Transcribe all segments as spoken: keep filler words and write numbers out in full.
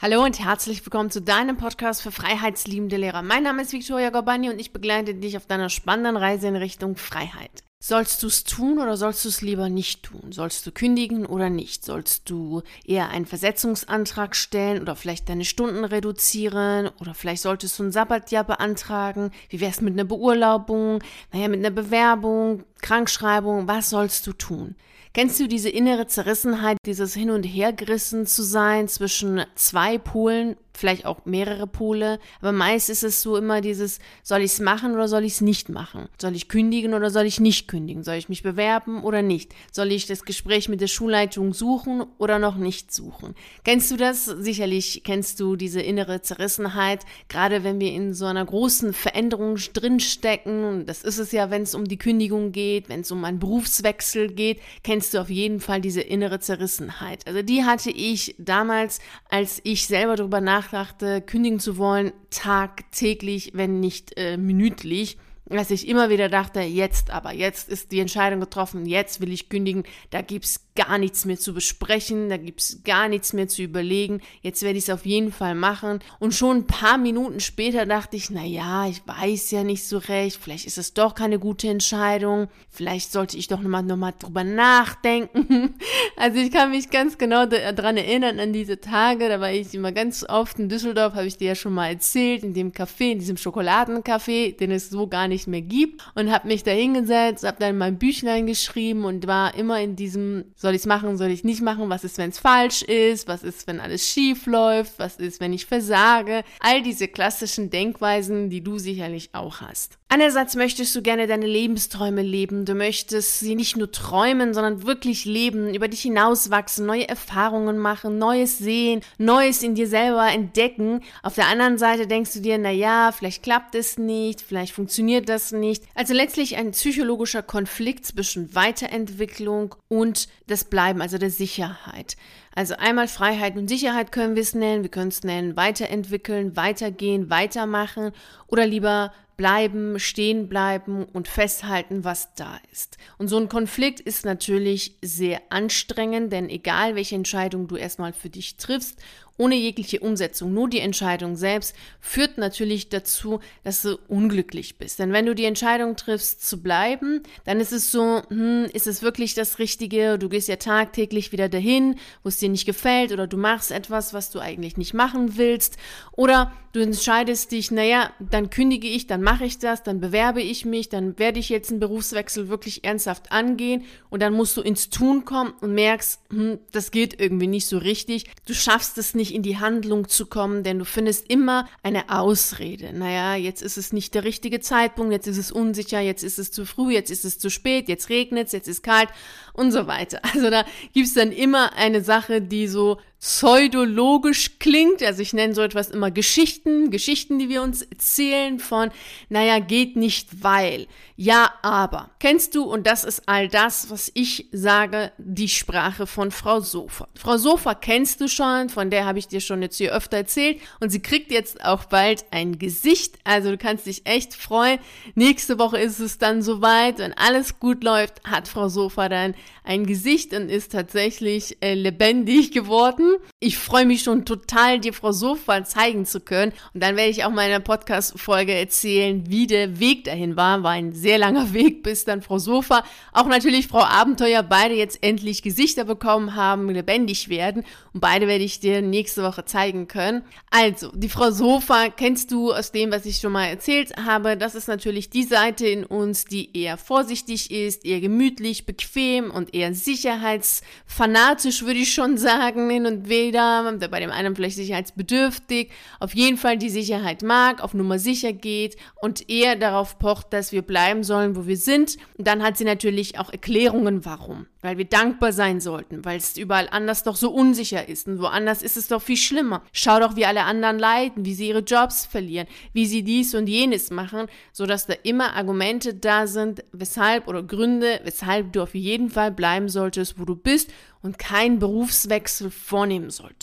Hallo und herzlich willkommen zu deinem Podcast für freiheitsliebende Lehrer. Mein Name ist Victoria Gorbani und ich begleite dich auf deiner spannenden Reise in Richtung Freiheit. Sollst du es tun oder sollst du es lieber nicht tun? Sollst du kündigen oder nicht? Sollst du eher einen Versetzungsantrag stellen oder vielleicht deine Stunden reduzieren? Oder vielleicht solltest du ein Sabbatjahr beantragen? Wie wär's mit einer Beurlaubung? Naja, mit einer Bewerbung, Krankschreibung? Was sollst du tun? Kennst du diese innere Zerrissenheit, dieses Hin- und Hergerissen zu sein zwischen zwei Polen, vielleicht auch mehrere Pole, aber meist ist es so immer dieses, soll ich es machen oder soll ich es nicht machen? Soll ich kündigen oder soll ich nicht kündigen? Soll ich mich bewerben oder nicht? Soll ich das Gespräch mit der Schulleitung suchen oder noch nicht suchen? Kennst du das? Sicherlich kennst du diese innere Zerrissenheit, gerade wenn wir in so einer großen Veränderung drinstecken. Das ist es ja, wenn es um die Kündigung geht, wenn es um einen Berufswechsel geht, kennst du auf jeden Fall diese innere Zerrissenheit. Also die hatte ich damals, als ich selber darüber nachdachte, kündigen zu wollen, tagtäglich, wenn nicht äh, minütlich, dass ich immer wieder dachte, jetzt aber, jetzt ist die Entscheidung getroffen, jetzt will ich kündigen, da gibt's gar nichts mehr zu besprechen, da gibt's gar nichts mehr zu überlegen, jetzt werde ich es auf jeden Fall machen. Und schon ein paar Minuten später dachte ich, na ja, ich weiß ja nicht so recht, vielleicht ist es doch keine gute Entscheidung, vielleicht sollte ich doch nochmal noch mal drüber nachdenken. Also ich kann mich ganz genau daran erinnern, an diese Tage, da war ich immer ganz oft in Düsseldorf, habe ich dir ja schon mal erzählt, in dem Café, in diesem Schokoladencafé, den es so gar nicht mehr gibt, und habe mich da hingesetzt, habe dann mein Büchlein geschrieben und war immer in diesem, soll ich es machen, soll ich nicht machen, was ist, wenn es falsch ist, was ist, wenn alles schief läuft, was ist, wenn ich versage, all diese klassischen Denkweisen, die du sicherlich auch hast. Einerseits möchtest du gerne deine Lebensträume leben, du möchtest sie nicht nur träumen, sondern wirklich leben, über dich hinauswachsen, neue Erfahrungen machen, Neues sehen, Neues in dir selber entdecken. Auf der anderen Seite denkst du dir, na ja, vielleicht klappt es nicht, vielleicht funktioniert das nicht. Also letztlich ein psychologischer Konflikt zwischen Weiterentwicklung und das Bleiben, also der Sicherheit. Also einmal Freiheit und Sicherheit können wir es nennen, wir können es nennen, weiterentwickeln, weitergehen, weitermachen oder lieber bleiben, stehen bleiben und festhalten, was da ist. Und so ein Konflikt ist natürlich sehr anstrengend, denn egal welche Entscheidung du erstmal für dich triffst, ohne jegliche Umsetzung, nur die Entscheidung selbst, führt natürlich dazu, dass du unglücklich bist. Denn wenn du die Entscheidung triffst, zu bleiben, dann ist es so, hm, ist es wirklich das Richtige? Du gehst ja tagtäglich wieder dahin, wo es dir nicht gefällt, oder du machst etwas, was du eigentlich nicht machen willst, oder du entscheidest dich, naja, dann kündige ich, dann mache ich das, dann bewerbe ich mich, dann werde ich jetzt einen Berufswechsel wirklich ernsthaft angehen, und dann musst du ins Tun kommen und merkst, hm, das geht irgendwie nicht so richtig. Du schaffst es nicht, in die Handlung zu kommen, denn du findest immer eine Ausrede. Naja, jetzt ist es nicht der richtige Zeitpunkt, jetzt ist es unsicher, jetzt ist es zu früh, jetzt ist es zu spät, jetzt regnet es, jetzt ist kalt und so weiter. Also da gibt es dann immer eine Sache, die so pseudologisch klingt, also ich nenne so etwas immer Geschichten, Geschichten, die wir uns erzählen von, naja, geht nicht, weil, ja, aber. Kennst du, und das ist all das, was ich sage, die Sprache von Frau Sofer. Frau Sofer kennst du schon, von der habe ich dir schon jetzt hier öfter erzählt, und sie kriegt jetzt auch bald ein Gesicht, also du kannst dich echt freuen. Nächste Woche ist es dann soweit, wenn alles gut läuft, hat Frau Sofer dann ein Gesicht und ist tatsächlich äh, lebendig geworden. Ich freue mich schon total, dir Frau Sofer zeigen zu können. Und dann werde ich auch mal in einer Podcast-Folge erzählen, wie der Weg dahin war. War ein sehr langer Weg, bis dann Frau Sofer, auch natürlich Frau Abenteuer, beide jetzt endlich Gesichter bekommen haben, lebendig werden. Und beide werde ich dir nächste Woche zeigen können. Also, die Frau Sofer kennst du aus dem, was ich schon mal erzählt habe. Das ist natürlich die Seite in uns, die eher vorsichtig ist, eher gemütlich, bequem und eher sicherheitsfanatisch, würde ich schon sagen, hin und wieder, bei dem einen vielleicht sicherheitsbedürftig, auf jeden Fall die Sicherheit mag, auf Nummer sicher geht und eher darauf pocht, dass wir bleiben sollen, wo wir sind. Und dann hat sie natürlich auch Erklärungen, warum. Weil wir dankbar sein sollten, weil es überall anders doch so unsicher ist und woanders ist es doch viel schlimmer. Schau doch, wie alle anderen leiden, wie sie ihre Jobs verlieren, wie sie dies und jenes machen, sodass da immer Argumente da sind, weshalb oder Gründe, weshalb du auf jeden Fall bleiben solltest, wo du bist und keinen Berufswechsel vornehmen solltest.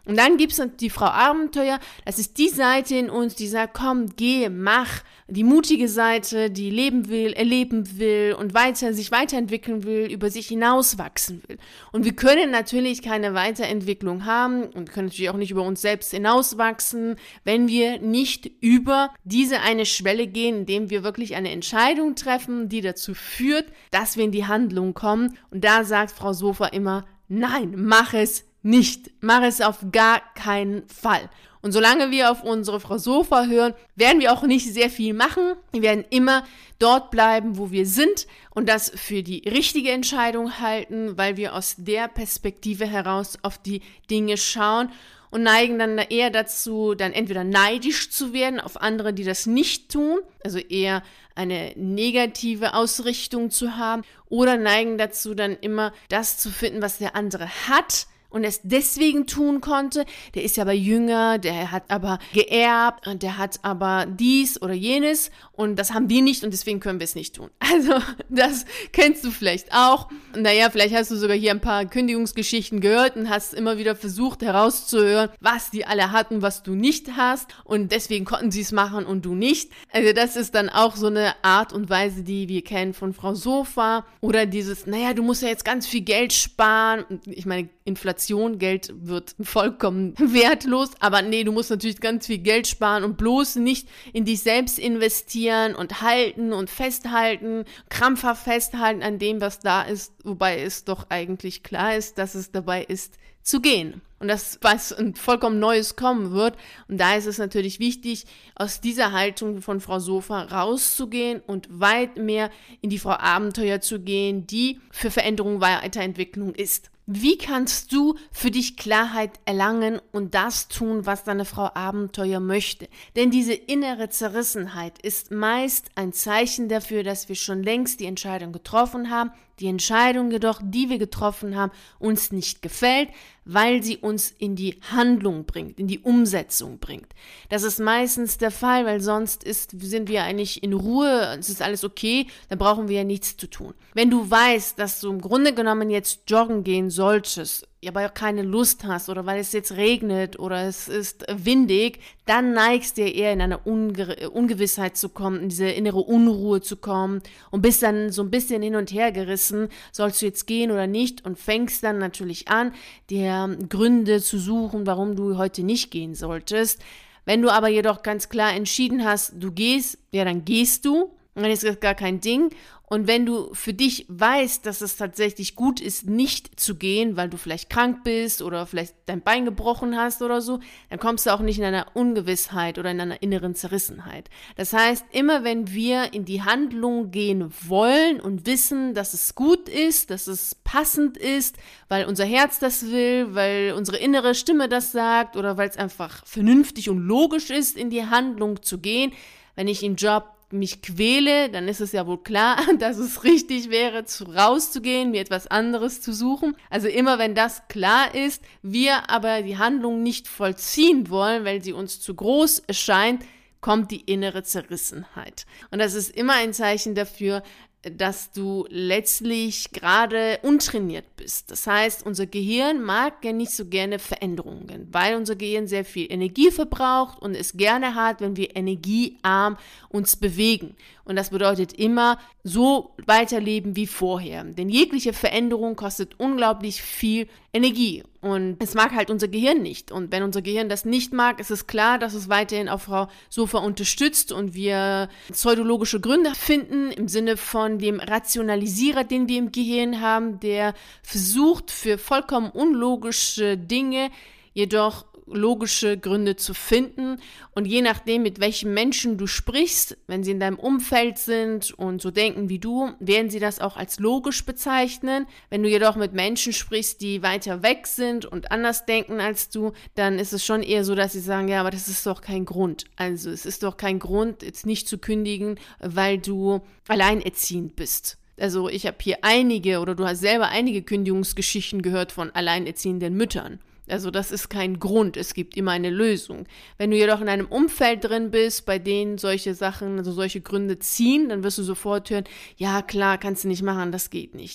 Und dann gibt es die Frau Abenteuer, das ist die Seite in uns, die sagt, komm, geh, mach. Die mutige Seite, die leben will, erleben will und weiter, sich weiterentwickeln will, über sich hinauswachsen will. Und wir können natürlich keine Weiterentwicklung haben und können natürlich auch nicht über uns selbst hinauswachsen, wenn wir nicht über diese eine Schwelle gehen, indem wir wirklich eine Entscheidung treffen, die dazu führt, dass wir in die Handlung kommen. Und da sagt Frau Sofa immer, nein, mach es nicht. Mach es auf gar keinen Fall. Und solange wir auf unsere Frau Sofa hören, werden wir auch nicht sehr viel machen. Wir werden immer dort bleiben, wo wir sind und das für die richtige Entscheidung halten, weil wir aus der Perspektive heraus auf die Dinge schauen und neigen dann eher dazu, dann entweder neidisch zu werden auf andere, die das nicht tun, also eher eine negative Ausrichtung zu haben, oder neigen dazu, dann immer das zu finden, was der andere hat und es deswegen tun konnte. Der ist ja aber jünger, der hat aber geerbt und der hat aber dies oder jenes und das haben wir nicht und deswegen können wir es nicht tun. Also das kennst du vielleicht auch. Naja, vielleicht hast du sogar hier ein paar Kündigungsgeschichten gehört und hast immer wieder versucht herauszuhören, was die alle hatten, was du nicht hast und deswegen konnten sie es machen und du nicht. Also das ist dann auch so eine Art und Weise, die wir kennen von Frau Sofa oder dieses, naja, du musst ja jetzt ganz viel Geld sparen. Ich meine, Inflation, Geld wird vollkommen wertlos, aber nee, du musst natürlich ganz viel Geld sparen und bloß nicht in dich selbst investieren und halten und festhalten, krampfhaft festhalten an dem, was da ist, wobei es doch eigentlich klar ist, dass es dabei ist, zu gehen. Und das, was ein vollkommen Neues kommen wird. Und da ist es natürlich wichtig, aus dieser Haltung von Frau Sofa rauszugehen und weit mehr in die Frau Abenteuer zu gehen, die für Veränderung, Weiterentwicklung ist. Wie kannst du für dich Klarheit erlangen und das tun, was deine Frau Abenteuer möchte? Denn diese innere Zerrissenheit ist meist ein Zeichen dafür, dass wir schon längst die Entscheidung getroffen haben, die Entscheidung jedoch, die wir getroffen haben, uns nicht gefällt, weil sie uns in die Handlung bringt, in die Umsetzung bringt. Das ist meistens der Fall, weil sonst ist, sind wir eigentlich in Ruhe, es ist alles okay, dann brauchen wir ja nichts zu tun. Wenn du weißt, dass du im Grunde genommen jetzt joggen gehen solltest, aber auch keine Lust hast oder weil es jetzt regnet oder es ist windig, dann neigst du eher in eine Unge- Ungewissheit zu kommen, in diese innere Unruhe zu kommen und bist dann so ein bisschen hin und her gerissen, sollst du jetzt gehen oder nicht und fängst dann natürlich an, dir Gründe zu suchen, warum du heute nicht gehen solltest. Wenn du aber jedoch ganz klar entschieden hast, du gehst, ja dann gehst du und dann ist das gar kein Ding. Und wenn du für dich weißt, dass es tatsächlich gut ist, nicht zu gehen, weil du vielleicht krank bist oder vielleicht dein Bein gebrochen hast oder so, dann kommst du auch nicht in einer Ungewissheit oder in einer inneren Zerrissenheit. Das heißt, immer wenn wir in die Handlung gehen wollen und wissen, dass es gut ist, dass es passend ist, weil unser Herz das will, weil unsere innere Stimme das sagt oder weil es einfach vernünftig und logisch ist, in die Handlung zu gehen, wenn ich im Job mich quäle, dann ist es ja wohl klar, dass es richtig wäre, zu, rauszugehen, mir etwas anderes zu suchen. Also immer wenn das klar ist, wir aber die Handlung nicht vollziehen wollen, weil sie uns zu groß erscheint, kommt die innere Zerrissenheit. Und das ist immer ein Zeichen dafür, dass du letztlich gerade untrainiert bist. Das heißt, unser Gehirn mag ja nicht so gerne Veränderungen, weil unser Gehirn sehr viel Energie verbraucht und es gerne hat, wenn wir energiearm uns bewegen. Und das bedeutet immer so weiterleben wie vorher. Denn jegliche Veränderung kostet unglaublich viel Energie. Und es mag halt unser Gehirn nicht. Und wenn unser Gehirn das nicht mag, ist es klar, dass es weiterhin auf Frau Sofa unterstützt und wir pseudologische Gründe finden im Sinne von dem Rationalisierer, den wir im Gehirn haben, der versucht, für vollkommen unlogische Dinge jedoch logische Gründe zu finden und je nachdem, mit welchen Menschen du sprichst, wenn sie in deinem Umfeld sind und so denken wie du, werden sie das auch als logisch bezeichnen. Wenn du jedoch mit Menschen sprichst, die weiter weg sind und anders denken als du, dann ist es schon eher so, dass sie sagen, ja, aber das ist doch kein Grund. Also es ist doch kein Grund, jetzt nicht zu kündigen, weil du alleinerziehend bist. Also ich habe hier einige oder du hast selber einige Kündigungsgeschichten gehört von alleinerziehenden Müttern. Also das ist kein Grund, es gibt immer eine Lösung. Wenn du jedoch in einem Umfeld drin bist, bei denen solche Sachen, also solche Gründe ziehen, dann wirst du sofort hören, ja klar, kannst du nicht machen, das geht nicht.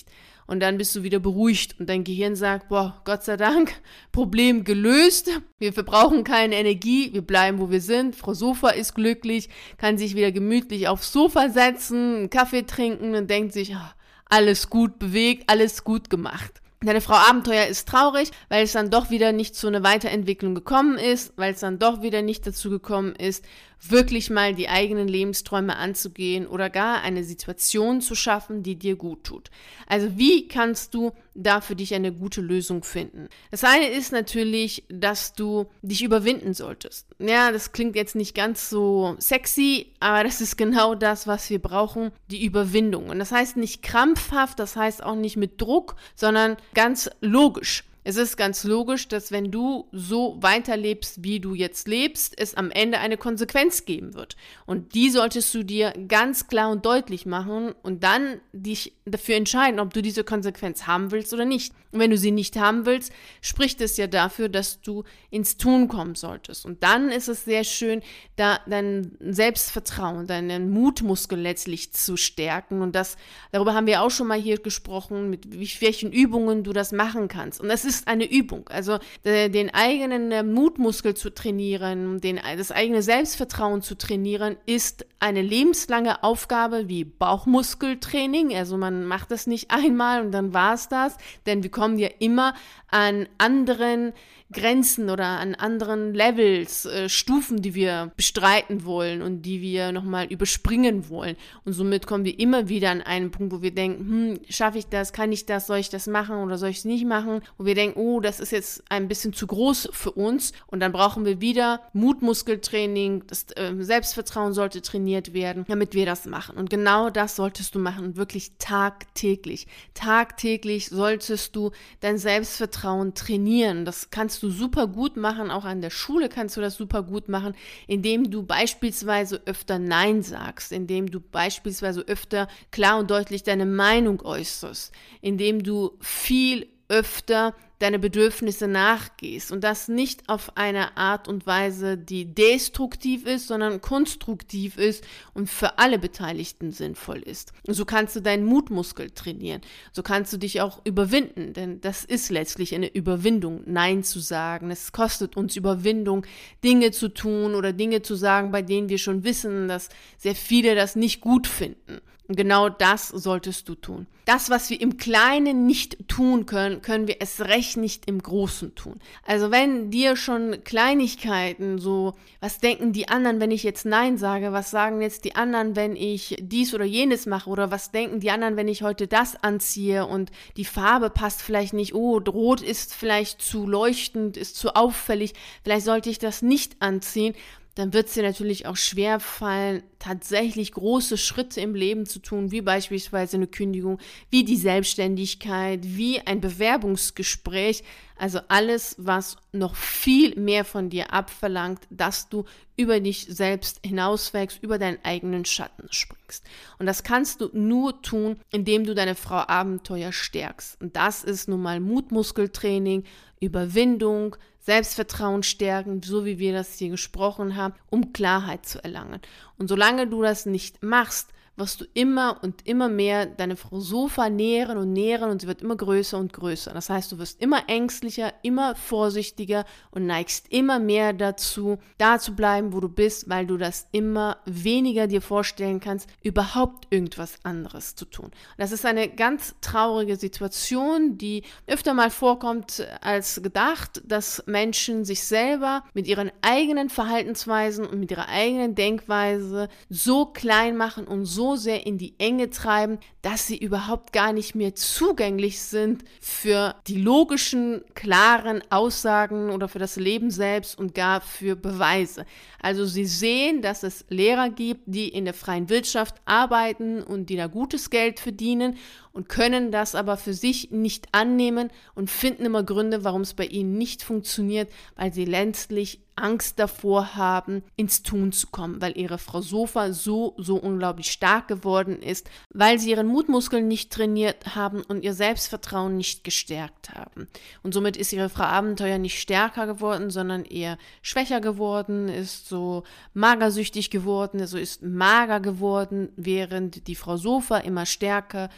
und dann bist du wieder beruhigt und dein Gehirn sagt, boah, Gott sei Dank, Problem gelöst, wir verbrauchen keine Energie, wir bleiben, wo wir sind, Frau Sofa ist glücklich, kann sich wieder gemütlich aufs Sofa setzen, einen Kaffee trinken und denkt sich, oh, alles gut bewegt, alles gut gemacht. Deine Frau Abenteuer ist traurig, weil es dann doch wieder nicht zu einer Weiterentwicklung gekommen ist, weil es dann doch wieder nicht dazu gekommen ist, wirklich mal die eigenen Lebensträume anzugehen oder gar eine Situation zu schaffen, die dir gut tut. Also wie kannst du da für dich eine gute Lösung finden? Das eine ist natürlich, dass du dich überwinden solltest. Ja, das klingt jetzt nicht ganz so sexy, aber das ist genau das, was wir brauchen, die Überwindung. Und das heißt nicht krampfhaft, das heißt auch nicht mit Druck, sondern ganz logisch. Es ist ganz logisch, dass wenn du so weiterlebst, wie du jetzt lebst, es am Ende eine Konsequenz geben wird. Und die solltest du dir ganz klar und deutlich machen und dann dich dafür entscheiden, ob du diese Konsequenz haben willst oder nicht. Und wenn du sie nicht haben willst, spricht es ja dafür, dass du ins Tun kommen solltest. Und dann ist es sehr schön, da dein Selbstvertrauen, deinen Mutmuskel letztlich zu stärken. Und das, darüber haben wir auch schon mal hier gesprochen, mit welchen Übungen du das machen kannst. Und das ist eine Übung. Also de, den eigenen Mutmuskel zu trainieren, den, das eigene Selbstvertrauen zu trainieren, ist eine lebenslange Aufgabe wie Bauchmuskeltraining. Also man macht das nicht einmal und dann war es das, denn wir kommen ja immer an anderen Grenzen oder an anderen Levels, äh, Stufen, die wir bestreiten wollen und die wir nochmal überspringen wollen. Und somit kommen wir immer wieder an einen Punkt, wo wir denken, hm, schaffe ich das, kann ich das, soll ich das machen oder soll ich es nicht machen? Wo wir denken, oh, das ist jetzt ein bisschen zu groß für uns. Und dann brauchen wir wieder Mutmuskeltraining, das äh, Selbstvertrauen sollte trainiert werden, damit wir das machen. Und genau das solltest du machen, wirklich tagtäglich. Tagtäglich solltest du dein Selbstvertrauen trainieren. Das kannst du super gut machen, auch an der Schule kannst du das super gut machen, indem du beispielsweise öfter Nein sagst, indem du beispielsweise öfter klar und deutlich deine Meinung äußerst, indem du viel öfter deine Bedürfnisse nachgehst und das nicht auf eine Art und Weise, die destruktiv ist, sondern konstruktiv ist und für alle Beteiligten sinnvoll ist. Und so kannst du deinen Mutmuskel trainieren. So kannst du dich auch überwinden, denn das ist letztlich eine Überwindung, Nein zu sagen. Es kostet uns Überwindung, Dinge zu tun oder Dinge zu sagen, bei denen wir schon wissen, dass sehr viele das nicht gut finden. Und genau das solltest du tun. Das, was wir im Kleinen nicht tun können, können wir es recht nicht im Großen tun. Also wenn dir schon Kleinigkeiten so, was denken die anderen, wenn ich jetzt Nein sage, was sagen jetzt die anderen, wenn ich dies oder jenes mache oder was denken die anderen, wenn ich heute das anziehe und die Farbe passt vielleicht nicht, oh, rot ist vielleicht zu leuchtend, ist zu auffällig, vielleicht sollte ich das nicht anziehen. Dann wird es dir natürlich auch schwer fallen, tatsächlich große Schritte im Leben zu tun, wie beispielsweise eine Kündigung, wie die Selbstständigkeit, wie ein Bewerbungsgespräch. Also alles, was noch viel mehr von dir abverlangt, dass du über dich selbst hinauswächst, über deinen eigenen Schatten springst. Und das kannst du nur tun, indem du deine Frau Abenteuer stärkst. Und das ist nun mal Mutmuskeltraining, Überwindung, Selbstvertrauen stärken, so wie wir das hier gesprochen haben, um Klarheit zu erlangen. Und solange du das nicht machst, wirst du immer und immer mehr deine Frau Sofa nähren und nähren und sie wird immer größer und größer. Das heißt, du wirst immer ängstlicher, immer vorsichtiger und neigst immer mehr dazu, da zu bleiben, wo du bist, weil du das immer weniger dir vorstellen kannst, überhaupt irgendwas anderes zu tun. Das ist eine ganz traurige Situation, die öfter mal vorkommt als gedacht, dass Menschen sich selber mit ihren eigenen Verhaltensweisen und mit ihrer eigenen Denkweise so klein machen und so sehr in die Enge treiben, dass sie überhaupt gar nicht mehr zugänglich sind für die logischen, klaren Aussagen oder für das Leben selbst und gar für Beweise. Also sie sehen, dass es Lehrer gibt, die in der freien Wirtschaft arbeiten und die da gutes Geld verdienen und können das aber für sich nicht annehmen und finden immer Gründe, warum es bei ihnen nicht funktioniert, weil sie letztlich Angst davor haben, ins Tun zu kommen, weil ihre Frau Sofa so, so unglaublich stark geworden ist, weil sie ihren Mutmuskel nicht trainiert haben und ihr Selbstvertrauen nicht gestärkt haben. Und somit ist ihre Frau Abenteuer nicht stärker geworden, sondern eher schwächer geworden, ist so magersüchtig geworden, also ist mager geworden, während die Frau Sofa immer stärker und stärker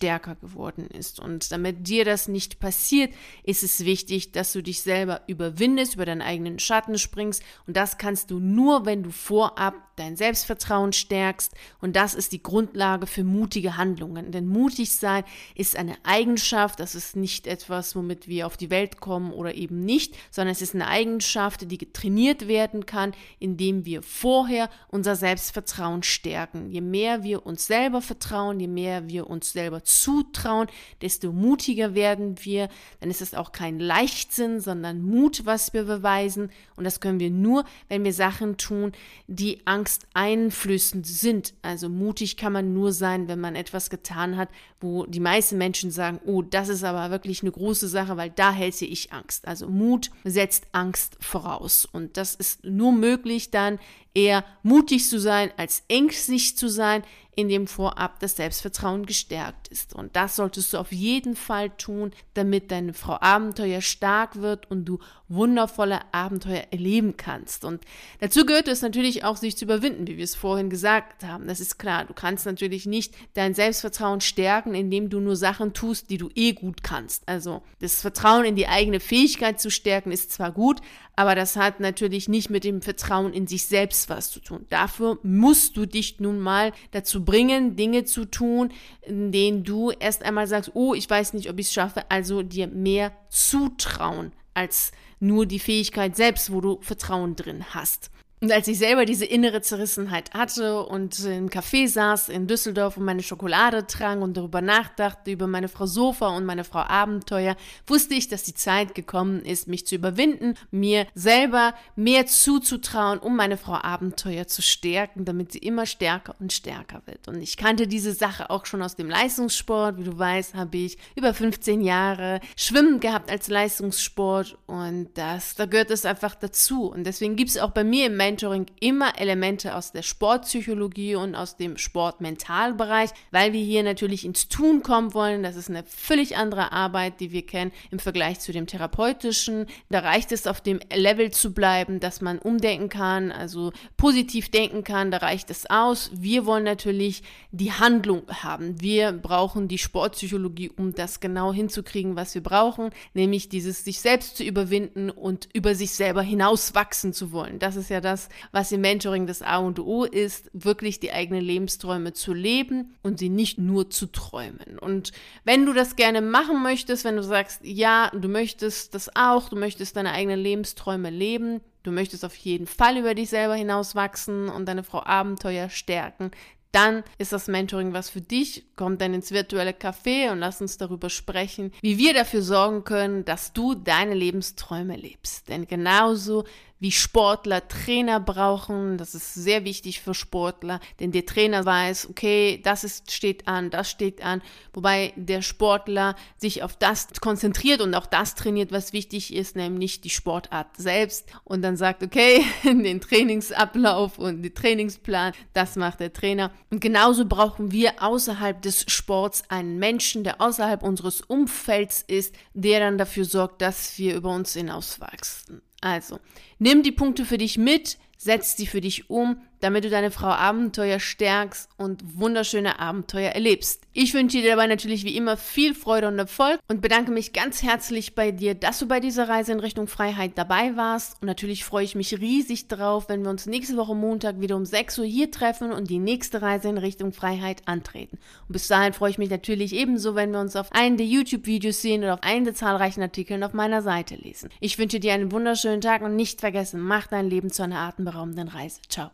stärker geworden ist. Und damit dir das nicht passiert, ist es wichtig, dass du dich selber überwindest, über deinen eigenen Schatten springst. Und das kannst du nur, wenn du vorab dein Selbstvertrauen stärkst. Und das ist die Grundlage für mutige Handlungen. Denn mutig sein ist eine Eigenschaft, das ist nicht etwas, womit wir auf die Welt kommen oder eben nicht, sondern es ist eine Eigenschaft, die trainiert werden kann, indem wir vorher unser Selbstvertrauen stärken. Je mehr wir uns selber vertrauen, je mehr wir uns selber zutrauen, desto mutiger werden wir. Dann ist es auch kein Leichtsinn, sondern Mut, was wir beweisen. Und das können wir nur, wenn wir Sachen tun, die angsteinflößend sind. Also mutig kann man nur sein, wenn man etwas getan hat, wo die meisten Menschen sagen, oh, das ist aber wirklich eine große Sache, weil da hätte ich Angst. Also Mut setzt Angst voraus. Und das ist nur möglich dann, eher mutig zu sein, als ängstlich zu sein, indem vorab das Selbstvertrauen gestärkt ist. Und das solltest du auf jeden Fall tun, damit deine Frau Abenteuer stark wird und du wundervolle Abenteuer erleben kannst. Und dazu gehört es natürlich auch, sich zu überwinden, wie wir es vorhin gesagt haben. Das ist klar, du kannst natürlich nicht dein Selbstvertrauen stärken, indem du nur Sachen tust, die du eh gut kannst. Also das Vertrauen in die eigene Fähigkeit zu stärken ist zwar gut, aber das hat natürlich nicht mit dem Vertrauen in sich selbst was zu tun. Dafür musst du dich nun mal dazu bringen, Dinge zu tun, in denen du erst einmal sagst, oh, ich weiß nicht, ob ich es schaffe, also dir mehr zutrauen als nur die Fähigkeit selbst, wo du Vertrauen drin hast. Und als ich selber diese innere Zerrissenheit hatte und im Café saß in Düsseldorf und meine Schokolade trank und darüber nachdachte, über meine Frau Sofa und meine Frau Abenteuer, wusste ich, dass die Zeit gekommen ist, mich zu überwinden, mir selber mehr zuzutrauen, um meine Frau Abenteuer zu stärken, damit sie immer stärker und stärker wird. Und ich kannte diese Sache auch schon aus dem Leistungssport. Wie du weißt, habe ich über fünfzehn Jahre Schwimmen gehabt als Leistungssport und das, da gehört es einfach dazu. Und deswegen gibt es auch bei mir im Mentoring immer Elemente aus der Sportpsychologie und aus dem Sportmentalbereich, weil wir hier natürlich ins Tun kommen wollen. Das ist eine völlig andere Arbeit, die wir kennen im Vergleich zu dem therapeutischen. Da reicht es, auf dem Level zu bleiben, dass man umdenken kann, also positiv denken kann, da reicht es aus. Wir wollen natürlich die Handlung haben. Wir brauchen die Sportpsychologie, um das genau hinzukriegen, was wir brauchen, nämlich dieses sich selbst zu überwinden und über sich selber hinauswachsen zu wollen. Das ist ja das, was im Mentoring das A und O ist, wirklich die eigenen Lebensträume zu leben und sie nicht nur zu träumen. Und wenn du das gerne machen möchtest, wenn du sagst, ja, du möchtest das auch, du möchtest deine eigenen Lebensträume leben, du möchtest auf jeden Fall über dich selber hinauswachsen und deine Frau Abenteuer stärken, dann ist das Mentoring was für dich. Komm dann ins virtuelle Café und lass uns darüber sprechen, wie wir dafür sorgen können, dass du deine Lebensträume lebst. Denn genauso wie Sportler Trainer brauchen, das ist sehr wichtig für Sportler, denn der Trainer weiß, okay, das ist, steht an, das steht an, wobei der Sportler sich auf das konzentriert und auch das trainiert, was wichtig ist, nämlich die Sportart selbst und dann sagt, okay, den Trainingsablauf und den Trainingsplan, das macht der Trainer. Und genauso brauchen wir außerhalb des Sports einen Menschen, der außerhalb unseres Umfelds ist, der dann dafür sorgt, dass wir über uns hinauswachsen. Also, nimm die Punkte für dich mit, setz sie für dich um, damit du deine Frau Abenteuer stärkst und wunderschöne Abenteuer erlebst. Ich wünsche dir dabei natürlich wie immer viel Freude und Erfolg und bedanke mich ganz herzlich bei dir, dass du bei dieser Reise in Richtung Freiheit dabei warst. Und natürlich freue ich mich riesig drauf, wenn wir uns nächste Woche Montag wieder um sechs Uhr hier treffen und die nächste Reise in Richtung Freiheit antreten. Und bis dahin freue ich mich natürlich ebenso, wenn wir uns auf einen der YouTube-Videos sehen oder auf einen der zahlreichen Artikeln auf meiner Seite lesen. Ich wünsche dir einen wunderschönen Tag und nicht vergessen, mach dein Leben zu einer atemberaubenden Reise. Ciao.